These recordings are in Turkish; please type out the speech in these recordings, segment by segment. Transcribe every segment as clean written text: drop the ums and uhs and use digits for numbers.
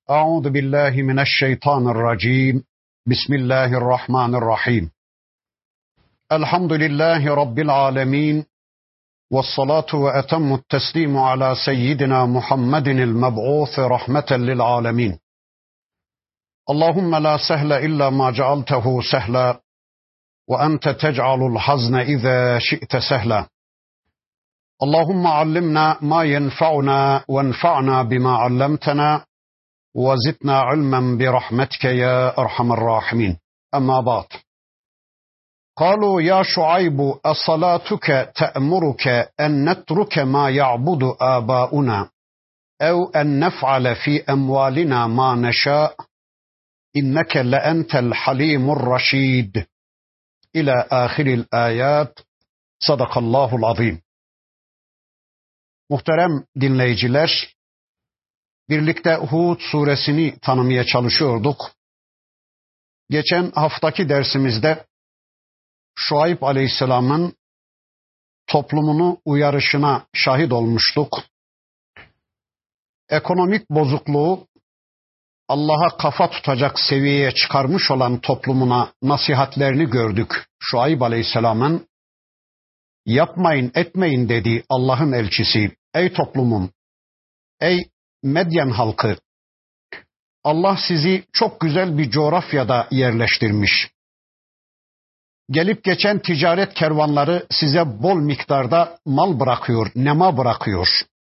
Euzu billahi mineşşeytanirracim. Bismillahirrahmanirrahim. Elhamdülillahi rabbil alamin. Ves salatu ve etemmu't teslimu ala seyyidina Muhammedinil meb'ûs rahmeten lil alamin. Allahumme la sehle illa ma cealtehu sehla ve ente tec'alul hazne izâ şi'te sehla. Allahumme allimna ma yenfa'una ve enfa'na bima allamtana ve zidna ilmen bi rahmetike ya erhamer rahimin. Amma ba'd. قالوا يا شعيب أصلاتك تأمرك أن نترك ما يعبد آباؤنا أو أن نفعل في أموالنا ما نشاء إنك لأنت الحليم الرشيد إلى آخر الآيات. Sadakallahul azim. Muhterem dinleyiciler, birlikte Hud suresini tanımaya çalışıyorduk. Geçen haftaki dersimizde Şuayb Aleyhisselam'ın toplumunu uyarışına şahit olmuştuk. Ekonomik bozukluğu Allah'a kafa tutacak seviyeye çıkarmış olan toplumuna nasihatlerini gördük. Şuayb Aleyhisselam'ın yapmayın etmeyin dediği Allah'ın elçisi, ey toplumum, ey Medyen halkı, Allah sizi çok güzel bir coğrafyada yerleştirmiş. Gelip geçen ticaret kervanları size bol miktarda mal bırakıyor, nema bırakıyor.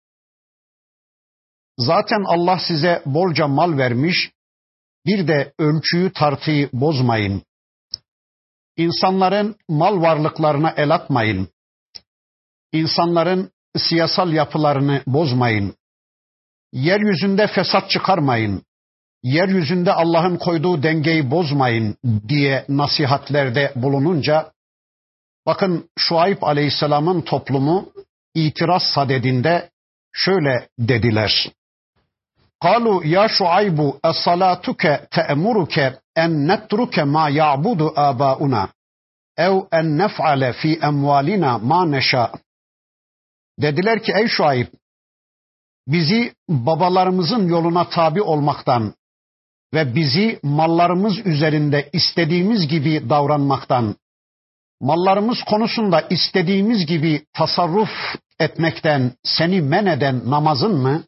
Zaten Allah size bolca mal vermiş, bir de ölçüyü tartıyı bozmayın. İnsanların mal varlıklarına el atmayın. İnsanların siyasal yapılarını bozmayın. Yeryüzünde fesat çıkarmayın. Yeryüzünde Allah'ın koyduğu dengeyi bozmayın diye nasihatlerde bulununca, bakın Şuayb Aleyhisselam'ın toplumu itiraz sadedinde şöyle dediler. قالوا يا شعيب أصلاتك تأمرك أن نترك ما يعبد آباؤنا أو أن نفعل في أموالنا ما نشاء. Dediler ki ey Şuayb, bizi babalarımızın yoluna tabi olmaktan ve bizi mallarımız üzerinde istediğimiz gibi davranmaktan, mallarımız konusunda istediğimiz gibi tasarruf etmekten seni men eden namazın mı?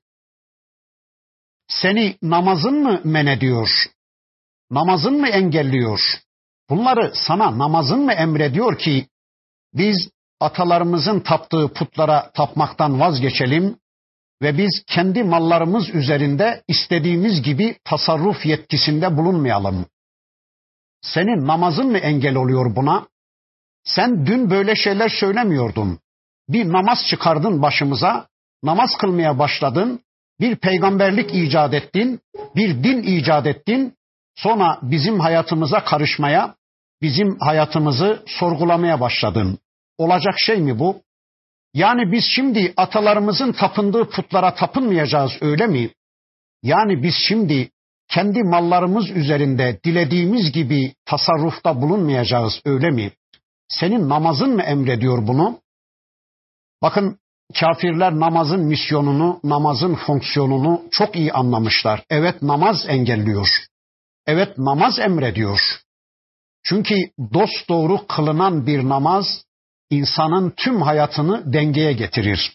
Seni namazın mı men ediyor? Namazın mı engelliyor? Bunları sana namazın mı emrediyor ki biz atalarımızın taptığı putlara tapmaktan vazgeçelim ve biz kendi mallarımız üzerinde istediğimiz gibi tasarruf yetkisinde bulunmayalım? Senin namazın mı engel oluyor buna? Sen dün böyle şeyler söylemiyordun. Bir namaz çıkardın başımıza, namaz kılmaya başladın, bir peygamberlik icat ettin, bir din icat ettin, sonra bizim hayatımıza karışmaya, bizim hayatımızı sorgulamaya başladın. Olacak şey mi bu? Yani biz şimdi atalarımızın tapındığı putlara tapınmayacağız, öyle mi? Yani biz şimdi kendi mallarımız üzerinde dilediğimiz gibi tasarrufta bulunmayacağız, öyle mi? Senin namazın mı emrediyor bunu? Bakın, kafirler namazın misyonunu, namazın fonksiyonunu çok iyi anlamışlar. Evet, namaz engelliyor. Evet, namaz emrediyor. Çünkü dosdoğru kılınan bir namaz insanın tüm hayatını dengeye getirir.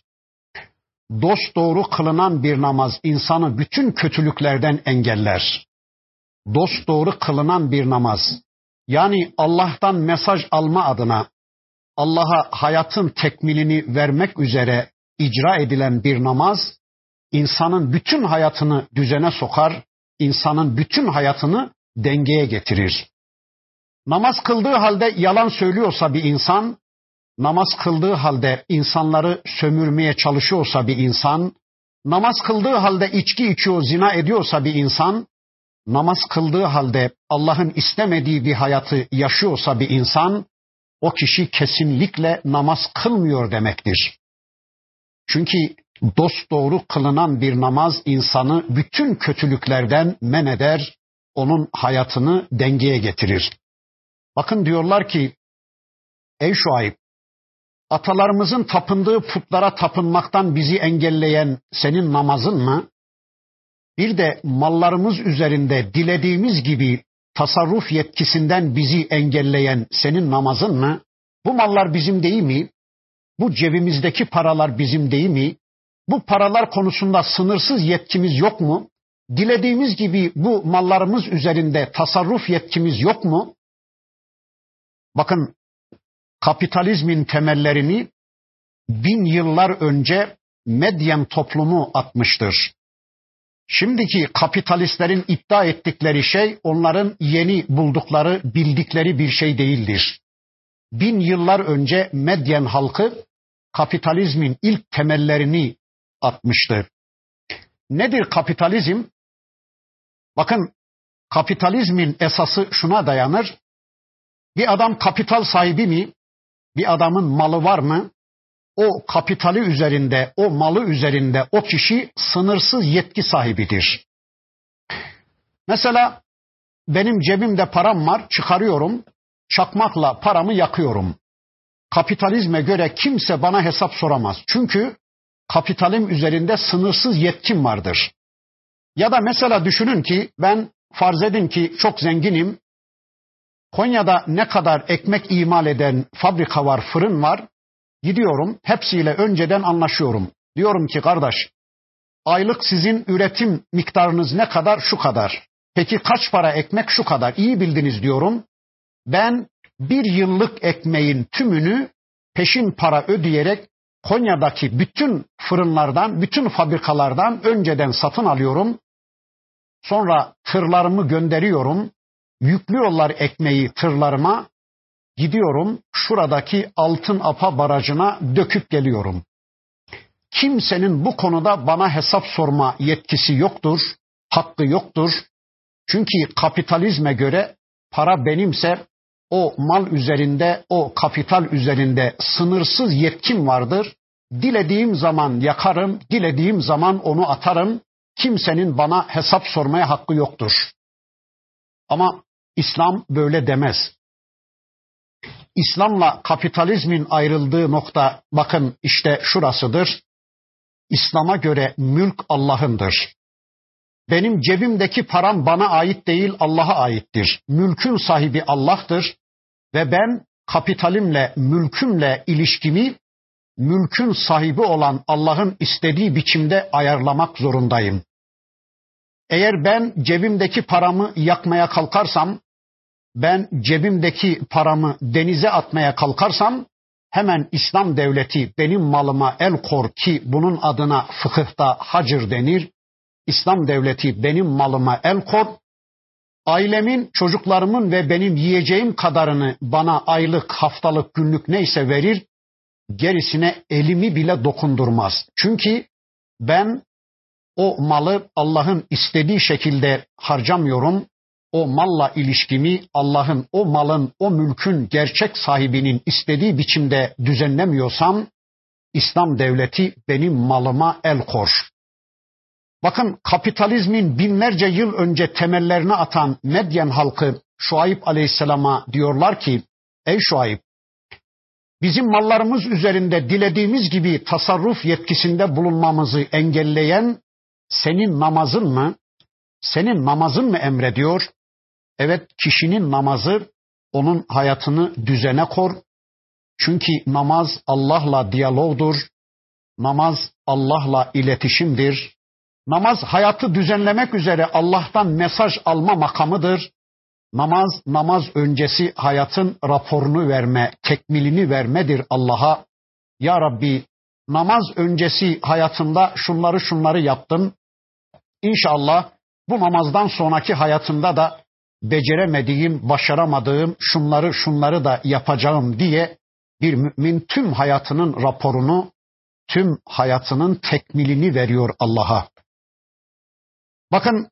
Dosdoğru kılınan bir namaz insanı bütün kötülüklerden engeller. Dosdoğru kılınan bir namaz, yani Allah'tan mesaj alma adına, Allah'a hayatın tekmilini vermek üzere icra edilen bir namaz, insanın bütün hayatını düzene sokar, insanın bütün hayatını dengeye getirir. Namaz kıldığı halde yalan söylüyorsa bir insan, namaz kıldığı halde insanları sömürmeye çalışıyorsa bir insan, namaz kıldığı halde içki içiyor, zina ediyorsa bir insan, namaz kıldığı halde Allah'ın istemediği bir hayatı yaşıyorsa bir insan, o kişi kesinlikle namaz kılmıyor demektir. Çünkü dosdoğru kılınan bir namaz insanı bütün kötülüklerden men eder, onun hayatını dengeye getirir. Bakın diyorlar ki, ey Şuayb, atalarımızın tapındığı putlara tapınmaktan bizi engelleyen senin namazın mı? bir de mallarımız üzerinde dilediğimiz gibi tasarruf yetkisinden bizi engelleyen senin namazın mı? Bu mallar bizim değil mi? Bu cebimizdeki paralar bizim değil mi? Bu paralar konusunda sınırsız yetkimiz yok mu? Dilediğimiz gibi bu mallarımız üzerinde tasarruf yetkimiz yok mu? Bakın, kapitalizmin temellerini 1000 yıllar önce Medyen toplumu atmıştır. Şimdiki kapitalistlerin iddia ettikleri şey onların yeni buldukları, bildikleri bir şey değildir. 1000 yıllar önce Medyen halkı kapitalizmin ilk temellerini atmıştır. Nedir kapitalizm? Bakın, kapitalizmin esası şuna dayanır. Bir adam kapital sahibi mi? Bir adamın malı var mı? O kapitali üzerinde, o malı üzerinde o kişi sınırsız yetki sahibidir. Mesela benim cebimde param var, çıkarıyorum, çakmakla paramı yakıyorum. Kapitalizme göre kimse bana hesap soramaz. Çünkü kapitalim üzerinde sınırsız yetkim vardır. Ya da mesela düşünün ki ben farz edin ki çok zenginim. Konya'da ne kadar ekmek imal eden fabrika var, fırın var. Gidiyorum, hepsiyle önceden anlaşıyorum. Diyorum ki kardeş, aylık sizin üretim miktarınız ne kadar? Şu kadar. Peki kaç para ekmek? Şu kadar. İyi bildiniz diyorum. Ben bir yıllık ekmeğin tümünü peşin para ödeyerek Konya'daki bütün fırınlardan, bütün fabrikalardan önceden satın alıyorum. Sonra tırlarımı gönderiyorum. Yüklüyorlar ekmeği tırlarıma. Gidiyorum şuradaki Altın Apa Barajı'na döküp geliyorum. Kimsenin bu konuda bana hesap sorma yetkisi yoktur, hakkı yoktur. Çünkü kapitalizme göre para benimse o mal üzerinde, o kapital üzerinde sınırsız yetkim vardır. Dilediğim zaman yakarım, dilediğim zaman onu atarım. Kimsenin bana hesap sormaya hakkı yoktur. Ama İslam böyle demez. İslam'la kapitalizmin ayrıldığı nokta bakın işte şurasıdır. İslam'a göre mülk Allah'ındır. Benim cebimdeki param bana ait değil, Allah'a aittir. Mülkün sahibi Allah'tır ve ben kapitalimle, mülkümle ilişkimi mülkün sahibi olan Allah'ın istediği biçimde ayarlamak zorundayım. Eğer ben cebimdeki paramı yakmaya kalkarsam, ben cebimdeki paramı denize atmaya kalkarsam, hemen İslam devleti benim malıma el kor ki bunun adına fıkıhta hacır denir. İslam devleti benim malıma el kor, ailemin, çocuklarımın ve benim yiyeceğim kadarını bana aylık, haftalık, günlük neyse verir, gerisine elimi bile dokundurmaz. Çünkü ben o malı Allah'ın istediği şekilde harcamıyorum. O malla ilişkimi Allah'ın, o malın, o mülkün gerçek sahibinin istediği biçimde düzenlemiyorsam, İslam devleti benim malıma el kor. Bakın, kapitalizmin binlerce yıl önce temellerini atan Medyen halkı Şuayb Aleyhisselam'a diyorlar ki, ey Şuayb, bizim mallarımız üzerinde dilediğimiz gibi tasarruf yetkisinde bulunmamızı engelleyen senin namazın mı? Senin namazın mı emrediyor? Evet, kişinin namazı onun hayatını düzene kor. Çünkü namaz Allah'la diyalogdur. Namaz Allah'la iletişimdir. Namaz hayatı düzenlemek üzere Allah'tan mesaj alma makamıdır. Namaz öncesi hayatın raporunu verme, tekmilini vermedir Allah'a. Ya Rabbi, namaz öncesi hayatımda şunları yaptım. İnşallah bu namazdan sonraki hayatımda da beceremediğim, başaramadığım şunları da yapacağım diye bir mümin tüm hayatının raporunu, tüm hayatının tekmilini veriyor Allah'a. Bakın,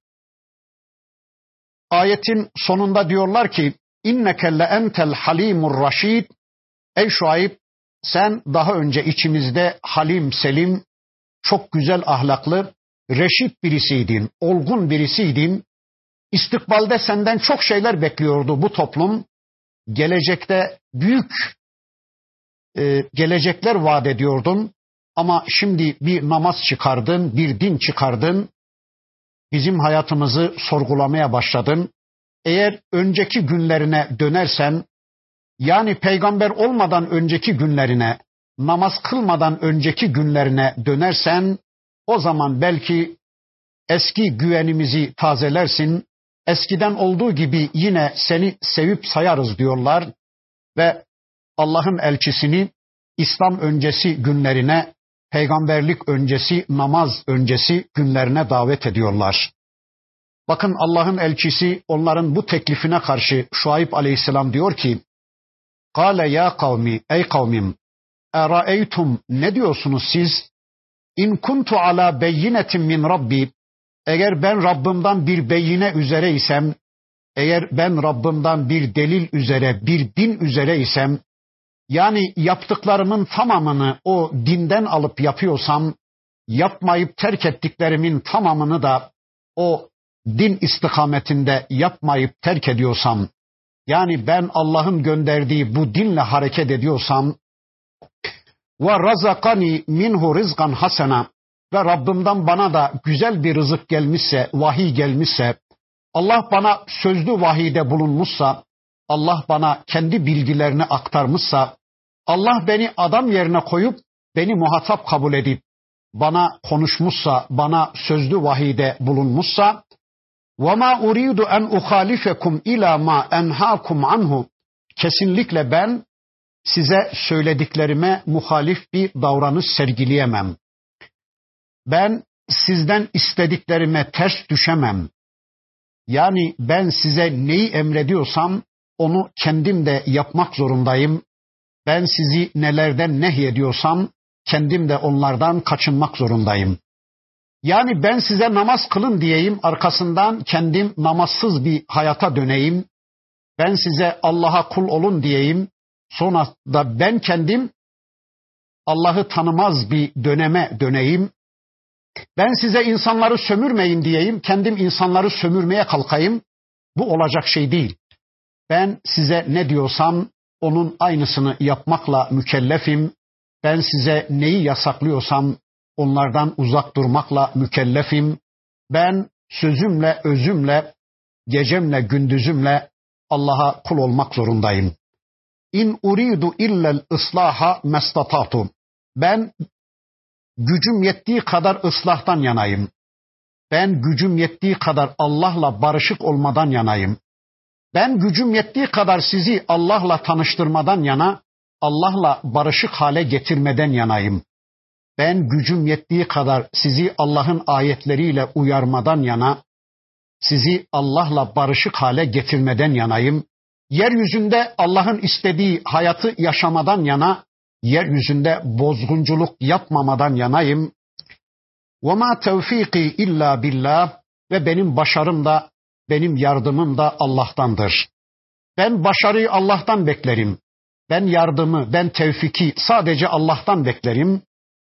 ayetin sonunda diyorlar ki inneke le entel halimur raşid. Ey Şuayb, sen daha önce içimizde halim, selim, çok güzel ahlaklı, reşit birisiydin, olgun birisiydin. İstikbalde senden çok şeyler bekliyordu bu toplum. Gelecekte büyük gelecekler vaat ediyordun. Ama şimdi bir namaz çıkardın, bir din çıkardın. bizim hayatımızı sorgulamaya başladın. Eğer önceki günlerine dönersen, yani peygamber olmadan önceki günlerine, namaz kılmadan önceki günlerine dönersen, o zaman belki eski güvenimizi tazelersin. Eskiden olduğu gibi yine seni sevip sayarız diyorlar ve Allah'ın elçisini İslam öncesi günlerine, peygamberlik öncesi, namaz öncesi günlerine davet ediyorlar. Bakın Allah'ın elçisi onların bu teklifine karşı Şuayb aleyhisselam diyor ki, "Kâle ya kavmi, ey kavmim, eraeytum, ne diyorsunuz siz? İn kuntu ala beyinetin min Rabbi, eğer ben Rabbimden bir beyine üzere isem, eğer ben Rabbimden bir delil üzere, bir din üzere isem, yani yaptıklarımın tamamını o dinden alıp yapıyorsam, yapmayıp terk ettiklerimin tamamını da o din istikametinde yapmayıp terk ediyorsam, yani ben Allah'ın gönderdiği bu dinle hareket ediyorsam, ve razakani minhu rizkan hasena, ve Rabbimden bana da güzel bir rızık gelmişse, vahiy gelmişse, Allah bana sözlü vahiyde bulunmuşsa, Allah bana kendi bilgilerini aktarmışsa, Allah beni adam yerine koyup beni muhatap kabul edip bana konuşmuşsa, bana sözlü vahiyde bulunmuşsa, وَمَا اُرِيدُ اَنْ اُخَالِفَكُمْ اِلَى مَا اَنْهَاكُمْ عَنْهُ, kesinlikle ben size söylediklerime muhalif bir davranış sergileyemem. Ben sizden istediklerime ters düşemem. Yani ben size neyi emrediyorsam onu kendim de yapmak zorundayım. Ben sizi nelerden nehyediyorsam kendim de onlardan kaçınmak zorundayım. Yani ben size namaz kılın diyeyim, arkasından kendim namazsız bir hayata döneyim. Ben size Allah'a kul olun diyeyim, sonra da ben kendim Allah'ı tanımaz bir döneme döneyim. Ben size insanları sömürmeyin diyeyim, kendim insanları sömürmeye kalkayım. Bu olacak şey değil. Ben size ne diyorsam onun aynısını yapmakla mükellefim. Ben size neyi yasaklıyorsam onlardan uzak durmakla mükellefim. Ben sözümle, özümle, gecemle, gündüzümle Allah'a kul olmak zorundayım. İn uridu illel ıslaha mestatatu. Ben gücüm yettiği kadar ıslahtan yanayım. Ben gücüm yettiği kadar Allah'la barışık olmadan yanayım. Ben gücüm yettiği kadar sizi Allah'la tanıştırmadan yana, Allah'la barışık hale getirmeden yanayım. Ben gücüm yettiği kadar sizi Allah'ın ayetleriyle uyarmadan yana, sizi Allah'la barışık hale getirmeden yanayım. Yeryüzünde Allah'ın istediği hayatı yaşamadan yana, yeryüzünde bozgunculuk yapmamadan yanayım. وَمَا تَوْفِيقِ illa billah, ve benim başarım da, benim yardımım da Allah'tandır. Ben başarıyı Allah'tan beklerim. Ben yardımı, ben tevfiki sadece Allah'tan beklerim.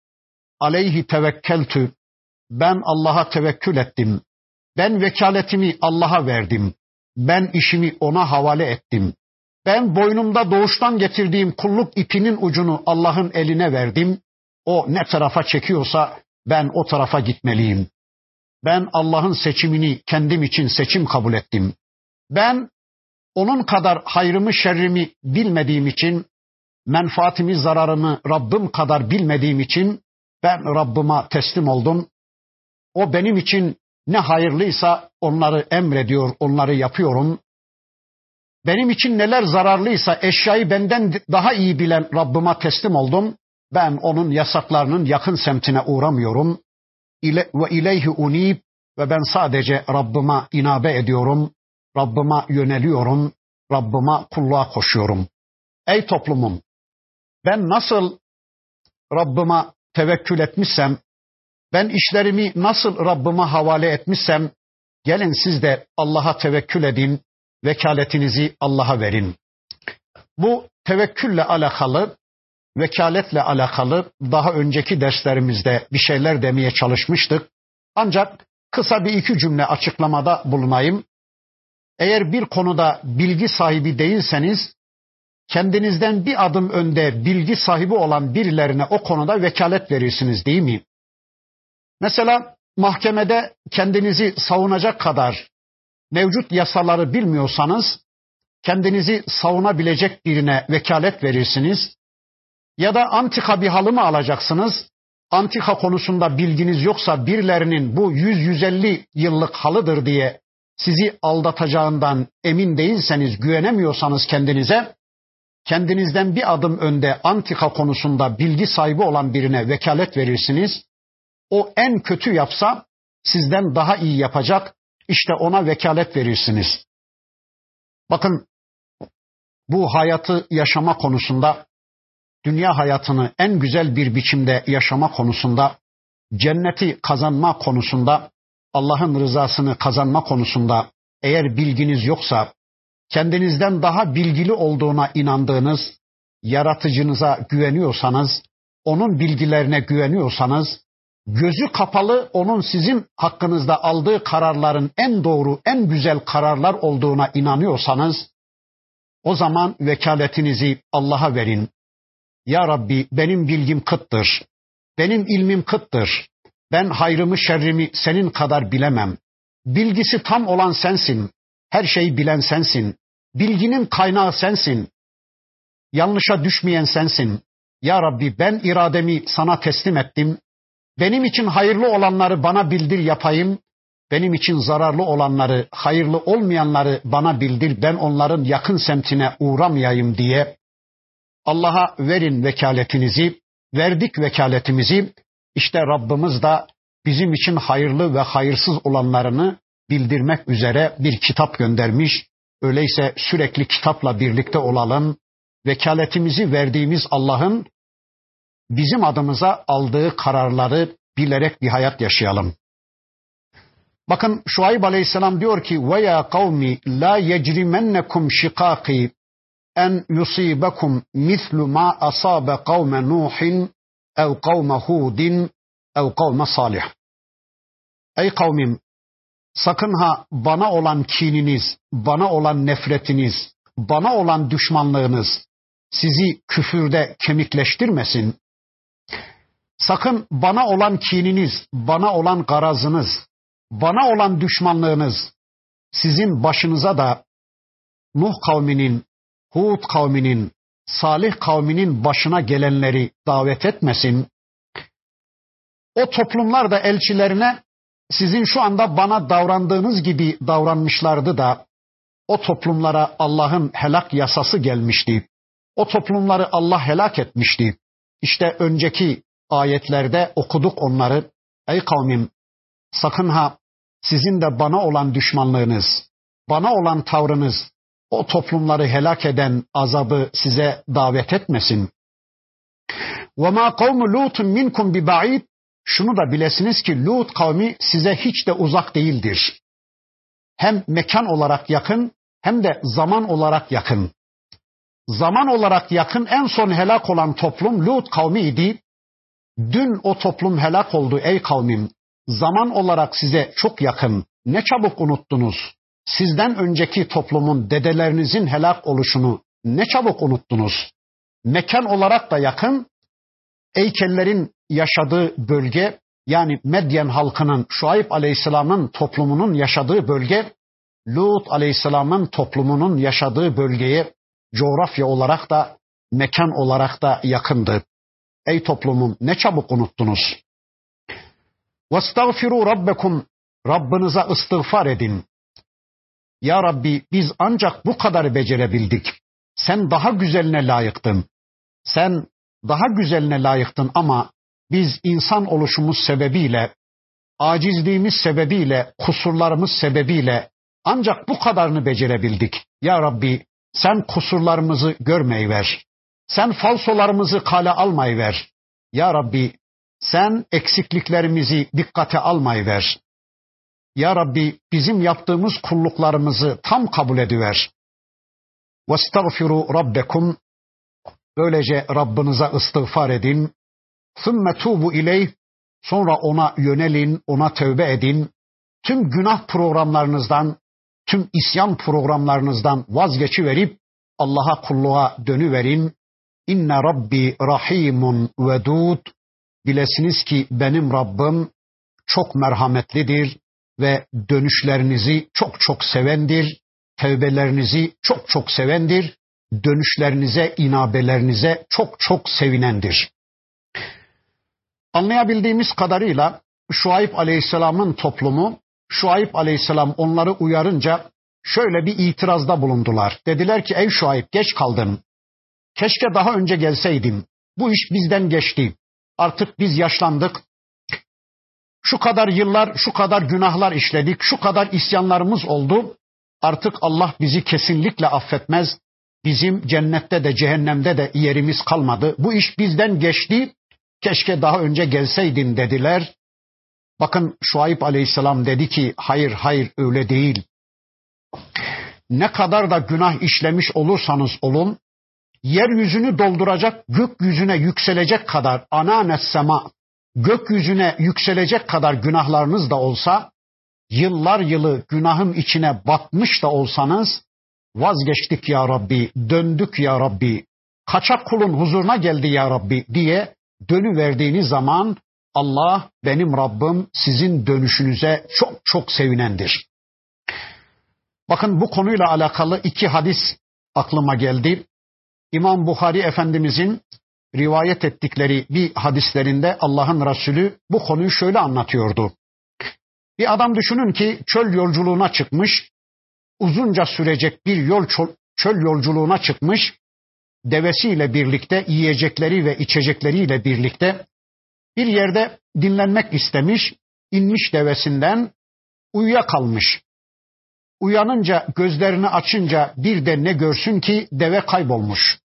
Aleyhi tevekkeltü. Ben Allah'a tevekkül ettim. Ben vekaletimi Allah'a verdim. Ben işimi ona havale ettim. Ben boynumda doğuştan getirdiğim kulluk ipinin ucunu Allah'ın eline verdim. O ne tarafa çekiyorsa ben o tarafa gitmeliyim. Ben Allah'ın seçimini kendim için seçim kabul ettim. Ben onun kadar hayrımı şerrimi bilmediğim için, menfaatimi zararımı Rabbim kadar bilmediğim için ben Rabbıma teslim oldum. O benim için ne hayırlıysa onları emrediyor, onları yapıyorum. Benim için neler zararlıysa eşyayı benden daha iyi bilen Rabbıma teslim oldum. Ben onun yasaklarının yakın semtine uğramıyorum. Ve ileyhi unib, ve ben sadece Rabbıma inabe ediyorum. Rabbıma yöneliyorum. Rabbıma kulluğa koşuyorum. Ey toplumum, ben nasıl Rabbıma tevekkül etmişsem, ben işlerimi nasıl Rabbıma havale etmişsem, gelin siz de Allah'a tevekkül edin, vekaletinizi Allah'a verin. Bu tevekkülle alakalı, vekaletle alakalı daha önceki derslerimizde bir şeyler demeye çalışmıştık. Ancak kısa bir iki cümle açıklamada bulunayım. Eğer bir konuda bilgi sahibi değilseniz, kendinizden bir adım önde bilgi sahibi olan birilerine o konuda vekalet verirsiniz, değil mi? Mesela mahkemede kendinizi savunacak kadar mevcut yasaları bilmiyorsanız kendinizi savunabilecek birine vekalet verirsiniz. Ya da antika bir halı mı alacaksınız? Antika konusunda bilginiz yoksa birilerinin bu 100-150 yıllık halıdır diye sizi aldatacağından emin değilseniz, güvenemiyorsanız kendinizden bir adım önde antika konusunda bilgi sahibi olan birine vekalet verirsiniz. O en kötü yapsa sizden daha iyi yapacak, işte ona vekalet verirsiniz. Bakın, bu hayatı yaşama konusunda, dünya hayatını en güzel bir biçimde yaşama konusunda, cenneti kazanma konusunda, Allah'ın rızasını kazanma konusunda eğer bilginiz yoksa, kendinizden daha bilgili olduğuna inandığınız, yaratıcınıza güveniyorsanız, onun bilgilerine güveniyorsanız, gözü kapalı onun sizin hakkınızda aldığı kararların en doğru, en güzel kararlar olduğuna inanıyorsanız, o zaman vekaletinizi Allah'a verin. Ya Rabbi, benim bilgim kıttır, benim ilmim kıttır, ben hayrımı şerrimi senin kadar bilemem. Bilgisi tam olan sensin, her şeyi bilen sensin, bilginin kaynağı sensin, yanlışa düşmeyen sensin. Ya Rabbi, ben irademi sana teslim ettim, benim için hayırlı olanları bana bildir yapayım, benim için zararlı olanları, hayırlı olmayanları bana bildir, ben onların yakın semtine uğramayayım diye Allah'a verin vekaletinizi. Verdik vekaletimizi. İşte Rabbimiz de bizim için hayırlı ve hayırsız olanlarını bildirmek üzere bir kitap göndermiş. Öyleyse sürekli kitapla birlikte olalım. Vekaletimizi verdiğimiz Allah'ın bizim adımıza aldığı kararları bilerek bir hayat yaşayalım. Bakın, Şuayb Aleyhisselam diyor ki: "Ve ya kavmi la yecrimennekum şikaki en yusibekum mislu ma asabe kavme Nuhin ev kavme Hudin ev kavme Salih." Ey kavmim, sakın ha bana olan kininiz, bana olan nefretiniz, bana olan düşmanlığınız sizi küfürde kemikleştirmesin. Sakın bana olan kininiz, bana olan garazınız, bana olan düşmanlığınız sizin başınıza da Nuh kavminin, Hud kavminin, Salih kavminin başına gelenleri davet etmesin. O toplumlar da elçilerine sizin şu anda bana davrandığınız gibi davranmışlardı da o toplumlara Allah'ın helak yasası gelmişti. O toplumları Allah helak etmişti. İşte önceki ayetlerde okuduk onları. Ey kavmim, sakın ha sizin de bana olan düşmanlığınız, bana olan tavrınız o toplumları helak eden azabı size davet etmesin. وَمَا قَوْمُ لُوتٌ مِنْكُمْ بِبَعِيدٍ. Şunu da bilesiniz ki Lut kavmi size hiç de uzak değildir. Hem mekan olarak yakın hem de zaman olarak yakın. Zaman olarak yakın, en son helak olan toplum Lut kavmiydi. Dün o toplum helak oldu ey kavmim. Zaman olarak size çok yakın. Ne çabuk unuttunuz. Sizden önceki toplumun, dedelerinizin helak oluşunu ne çabuk unuttunuz. Mekan olarak da yakın. Eykellerin yaşadığı bölge, yani Medyen halkının, Şuayb Aleyhisselam'ın toplumunun yaşadığı bölge, Lut Aleyhisselam'ın toplumunun yaşadığı bölgeye coğrafya olarak da, mekan olarak da yakındı. Ey toplumum, ne çabuk unuttunuz. وَاسْتَغْفِرُوا رَبَّكُمْ. Rabbinize istiğfar edin. Ya Rabbi, biz ancak bu kadar becerebildik. Sen daha güzeline layıktın. Sen daha güzeline layıktın ama biz insan oluşumuz sebebiyle, acizliğimiz sebebiyle, kusurlarımız sebebiyle ancak bu kadarını becerebildik. Ya Rabbi, sen kusurlarımızı görmeyiver. Sen falsolarımızı kale almayıver. Ya Rabbi, sen eksikliklerimizi dikkate almayıver. Ya Rabbi, bizim yaptığımız kulluklarımızı tam kabul ediver. وَاسْتَغْفِرُوا رَبَّكُمْ. Böylece Rabbinize istiğfar edin. ثُمَّ تُوبُوا اِلَيْهِ. Sonra ona yönelin, ona tövbe edin. Tüm günah programlarınızdan, tüm isyan programlarınızdan vazgeçiverip Allah'a kulluğa dönüverin. İnne Rabbi rahimun vedud. Bilesiniz ki benim Rabbim çok merhametlidir ve dönüşlerinizi çok çok sevendir. Tevbelerinizi çok çok sevendir. Dönüşlerinize, inabelerinize çok çok sevinendir. Anlayabildiğimiz kadarıyla Şuayb Aleyhisselam'ın toplumu, Şuayb Aleyhisselam onları uyarınca şöyle bir itirazda bulundular. Dediler ki ey Şuayb geç kaldın. Keşke daha önce gelseydin. Bu iş bizden geçti. Artık biz yaşlandık. Şu kadar yıllar, şu kadar günahlar işledik, şu kadar isyanlarımız oldu. Artık Allah bizi kesinlikle affetmez. Bizim cennette de cehennemde de yerimiz kalmadı. Bu iş bizden geçti. Keşke daha önce gelseydin dediler. Bakın Şuayb Aleyhisselam dedi ki hayır öyle değil. Ne kadar da günah işlemiş olursanız olun, yeryüzünü dolduracak, gökyüzüne yükselecek kadar ananes sema, gökyüzüne yükselecek kadar günahlarınız da olsa, yıllar yılı günahın içine batmış da olsanız, vazgeçtik ya Rabbi, döndük ya Rabbi, kaçak kulun huzuruna geldi ya Rabbi diye dönüverdiğiniz zaman Allah benim Rabbim sizin dönüşünüze çok çok sevinendir. Bakın bu konuyla alakalı 2 hadis aklıma geldi. İmam Buhari Efendimizin rivayet ettikleri bir hadislerinde Allah'ın Resulü bu konuyu şöyle anlatıyordu. Bir adam düşünün ki çöl yolculuğuna çıkmış, uzunca sürecek bir çöl yolculuğuna çıkmış, devesiyle birlikte, yiyecekleri ve içecekleriyle birlikte bir yerde dinlenmek istemiş, inmiş devesinden, uyuyakalmış. Uyanınca, gözlerini açınca bir de ne görsün ki deve kaybolmuş.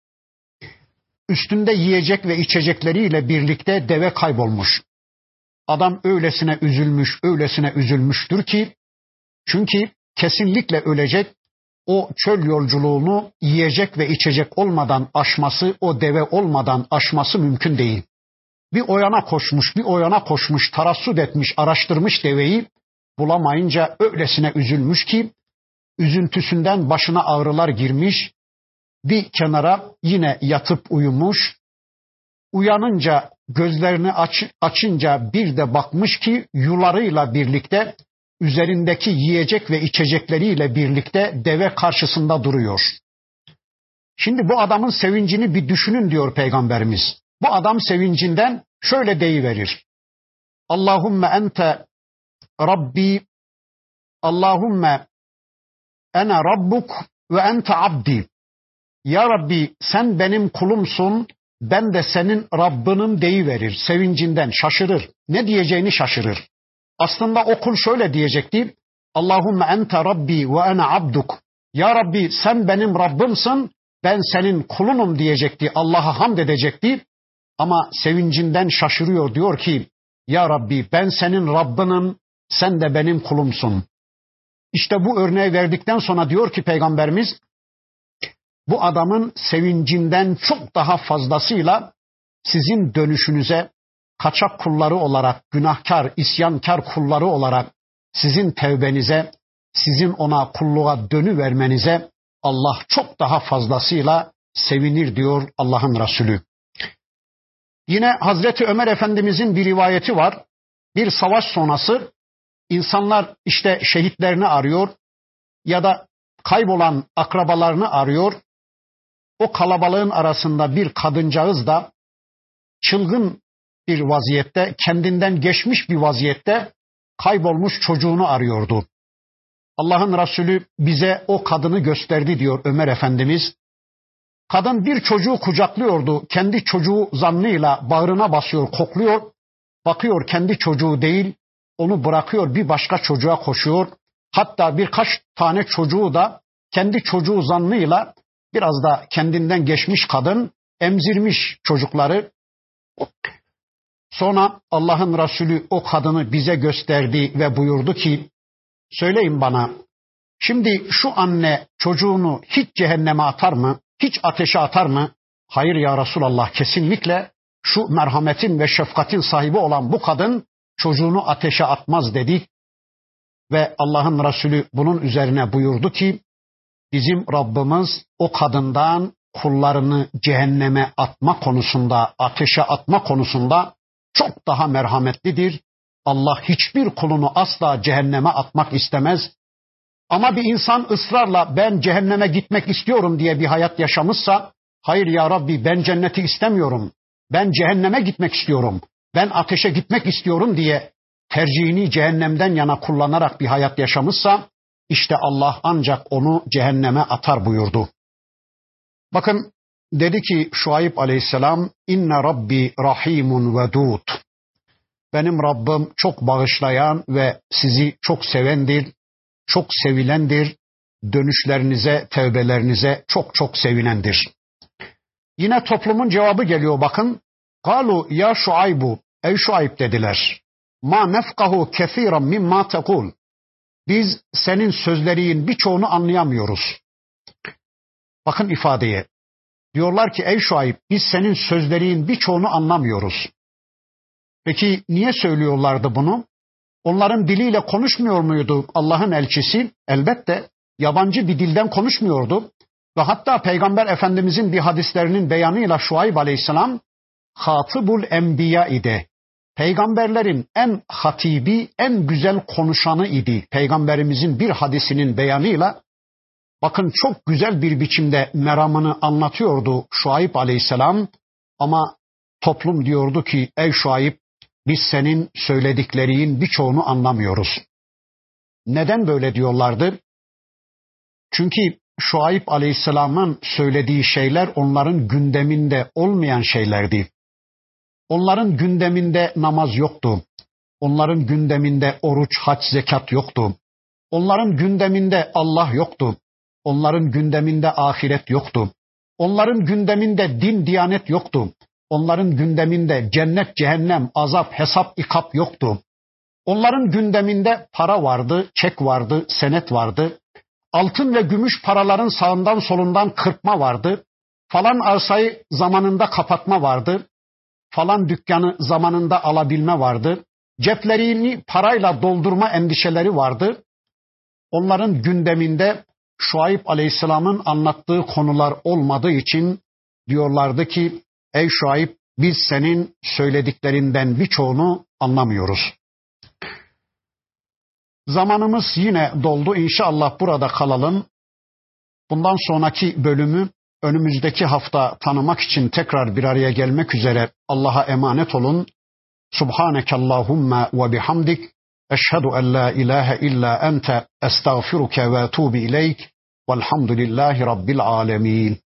Üstünde yiyecek ve içecekleriyle birlikte deve kaybolmuş. Adam öylesine üzülmüştür ki, çünkü kesinlikle ölecek, o çöl yolculuğunu yiyecek ve içecek olmadan aşması, o deve olmadan aşması mümkün değil. Bir o yana koşmuş, tarassut etmiş, araştırmış deveyi, bulamayınca öylesine üzülmüş ki, üzüntüsünden başına ağrılar girmiş, bir kenara yine yatıp uyumuş, uyanınca gözlerini açınca bir de bakmış ki yularıyla birlikte, üzerindeki yiyecek ve içecekleriyle birlikte deve karşısında duruyor. Şimdi bu adamın sevincini bir düşünün diyor Peygamberimiz. Bu adam sevincinden şöyle deyiverir. Allahümme ente Rabbi, Allahümme ene Rabbuk ve ente abdi. Ya Rabbi sen benim kulumsun, ben de senin Rabbinim deyiverir. Sevincinden şaşırır. Ne diyeceğini şaşırır. Aslında o kul şöyle diyecekti. Allahümme ente Rabbi ve ene abduk. Ya Rabbi sen benim Rabbimsin, ben senin kulunum diyecekti. Allah'a hamd edecekti. Ama sevincinden şaşırıyor, diyor ki ya Rabbi ben senin Rabbinim, sen de benim kulumsun. İşte bu örneği verdikten sonra diyor ki Peygamberimiz, bu adamın sevincinden çok daha fazlasıyla sizin dönüşünüze kaçak kulları olarak, günahkar, isyankar kulları olarak sizin tevbenize, sizin ona kulluğa dönüvermenize Allah çok daha fazlasıyla sevinir diyor Allah'ın Resulü. Yine Hazreti Ömer Efendimizin bir rivayeti var. Bir savaş sonrası insanlar işte şehitlerini arıyor ya da kaybolan akrabalarını arıyor. O kalabalığın arasında bir kadıncağız da çılgın bir vaziyette, kendinden geçmiş bir vaziyette kaybolmuş çocuğunu arıyordu. Allah'ın Resulü bize o kadını gösterdi diyor Ömer Efendimiz. Kadın bir çocuğu kucaklıyordu. Kendi çocuğu zannıyla bağrına basıyor, kokluyor. Bakıyor kendi çocuğu değil, onu bırakıyor bir başka çocuğa koşuyor. Hatta birkaç tane çocuğu da kendi çocuğu zannıyla biraz da kendinden geçmiş kadın emzirmiş çocukları. Sonra Allah'ın Resulü o kadını bize gösterdi ve buyurdu ki, söyleyin bana, şimdi şu anne çocuğunu hiç cehenneme atar mı, hiç ateşe atar mı? Hayır ya Resulallah, kesinlikle şu merhametin ve şefkatin sahibi olan bu kadın çocuğunu ateşe atmaz dedi. Ve Allah'ın Resulü bunun üzerine buyurdu ki, bizim Rabbimiz o kadından kullarını cehenneme atma konusunda, ateşe atma konusunda çok daha merhametlidir. Allah hiçbir kulunu asla cehenneme atmak istemez. Ama bir insan ısrarla ben cehenneme gitmek istiyorum diye bir hayat yaşamışsa, hayır ya Rabbi ben cenneti istemiyorum, ben cehenneme gitmek istiyorum, ben ateşe gitmek istiyorum diye tercihini cehennemden yana kullanarak bir hayat yaşamışsa, işte Allah ancak onu cehenneme atar buyurdu. Bakın dedi ki Şuayb aleyhisselam, inne Rabbi rahimun vedud. Benim Rabbim çok bağışlayan ve sizi çok sevendir, çok sevilendir, dönüşlerinize, tevbelerinize çok çok sevinendir. Yine toplumun cevabı geliyor bakın. Kalu ya Şuaybu, ey Şuayb dediler. Ma nefkahu kethiran mimma tekul. Biz senin sözlerinin birçoğunu anlayamıyoruz. Bakın ifadeye. Diyorlar ki ey Şuayb biz senin sözlerinin birçoğunu anlamıyoruz. Peki niye söylüyorlardı bunu? Onların diliyle konuşmuyor muydu Allah'ın elçisi? Elbette yabancı bir dilden konuşmuyordu. Ve hatta Peygamber Efendimizin bir hadislerinin beyanıyla Şuayb aleyhisselam Hatibul Enbiya idi. Peygamberlerin en hatibi, en güzel konuşanı idi. Peygamberimizin bir hadisinin beyanıyla bakın çok güzel bir biçimde meramını anlatıyordu Şuayb aleyhisselam. Ama toplum diyordu ki ey Şuayb biz senin söylediklerinin birçoğunu anlamıyoruz. Neden böyle diyorlardı? Çünkü Şuayb aleyhisselamın söylediği şeyler onların gündeminde olmayan şeylerdi. Onların gündeminde namaz yoktu. Onların gündeminde oruç, hac, zekat yoktu. Onların gündeminde Allah yoktu. Onların gündeminde ahiret yoktu. Onların gündeminde din, diyanet yoktu. Onların gündeminde cennet, cehennem, azap, hesap, ikap yoktu. Onların gündeminde para vardı, çek vardı, senet vardı. Altın ve gümüş paraların sağından solundan kırpma vardı. Falan arsayı zamanında kapatma vardı. Falan dükkanı zamanında alabilme vardı. Ceplerini parayla doldurma endişeleri vardı. Onların gündeminde Şuayb aleyhisselamın anlattığı konular olmadığı için diyorlardı ki ey Şuayb biz senin söylediklerinden birçoğunu anlamıyoruz. Zamanımız yine doldu. İnşallah burada kalalım. Bundan sonraki bölümü önümüzdeki hafta tanımak için tekrar bir araya gelmek üzere Allah'a emanet olun. Subhanekallahumma ve bihamdik. Eşhedü en la ilahe illa ente estağfiruke ve etûbü ileyk. Velhamdülillahi Rabbil alemin.